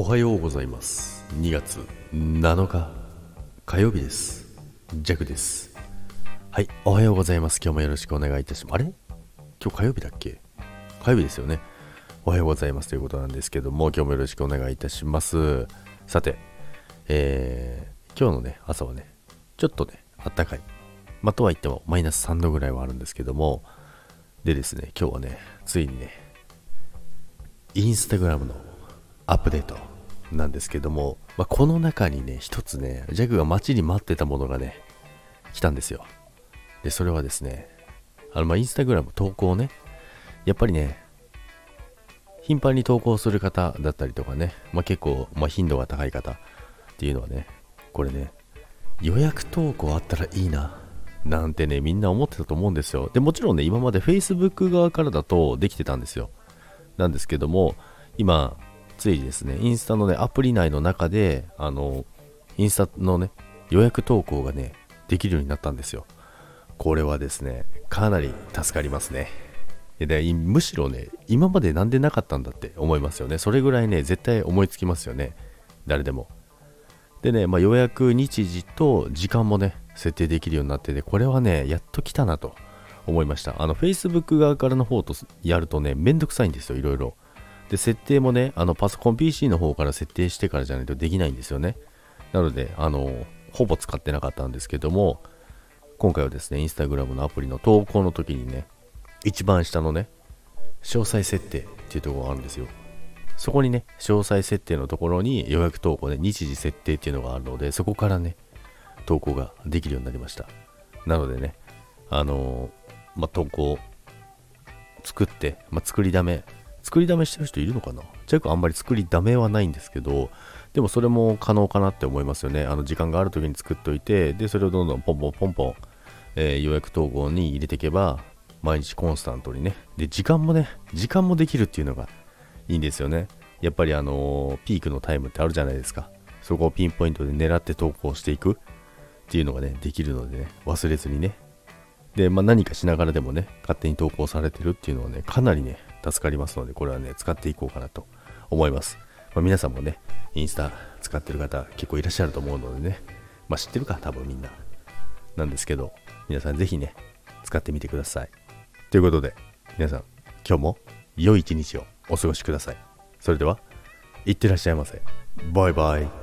はようございます。2月7日火曜日です。ジャクです。はい、おはようございます。今日もよろしくお願いいたします。あれ、今日火曜日だっけ？火曜日ですよね。おはようございますということなんですけども、今日もよろしくお願いいたします。さて、今日のね朝はねちょっとねあったかい、とは言ってもマイナス3度ぐらいはあるんですけども、でですね、今日はねついにねインスタグラムのアップデートなんですけども、この中にね一つねジャクが待ちに待ってたものがね来たんですよ。でそれはですね、インスタグラム投稿ね、やっぱりね頻繁に投稿する方だったりとかね、結構、頻度が高い方っていうのはね、これね予約投稿あったらいいななんてねみんな思ってたと思うんですよ。でもちろんね今まで Facebook 側からだとできてたんですよ。なんですけども、今ついにですねインスタのねアプリ内の中でインスタのね予約投稿がねできるようになったんですよ。これはですねかなり助かりますね。でむしろね今までなんでなかったんだって思いますよね。それぐらいね絶対思いつきますよね、誰でも。でね、予約日時と時間もね設定できるようになってて、これはねやっと来たなと思いました。Facebook 側からの方とやるとねめんどくさいんですよ、いろいろ。で設定もねパソコン PC の方から設定してからじゃないとできないんですよね。なのでほぼ使ってなかったんですけども、今回はですねインスタグラムのアプリの投稿の時にね一番下のね詳細設定っていうところがあるんですよ。そこにね詳細設定のところに予約投稿で日時設定っていうのがあるので、そこからね投稿ができるようになりました。なのでね投稿作って、作りだめしてる人いるのかな。ジャックあんまり作りだめはないんですけど、でもそれも可能かなって思いますよね。時間がある時に作っておいて、でそれをどんどんポンポン、予約投稿に入れていけば毎日コンスタントにね、で時間もできるっていうのがいいんですよね。やっぱりピークのタイムってあるじゃないですか。そこをピンポイントで狙って投稿していくっていうのがねできるのでね、忘れずにね。で、何かしながらでもね勝手に投稿されてるっていうのはねかなりね助かりますので、これはね使っていこうかなと思います。皆さんもねインスタ使ってる方結構いらっしゃると思うのでね、知ってるか多分みんななんですけど、皆さんぜひね使ってみてください。ということで皆さん今日も良い一日をお過ごしください。それではいってらっしゃいませ。バイバイ。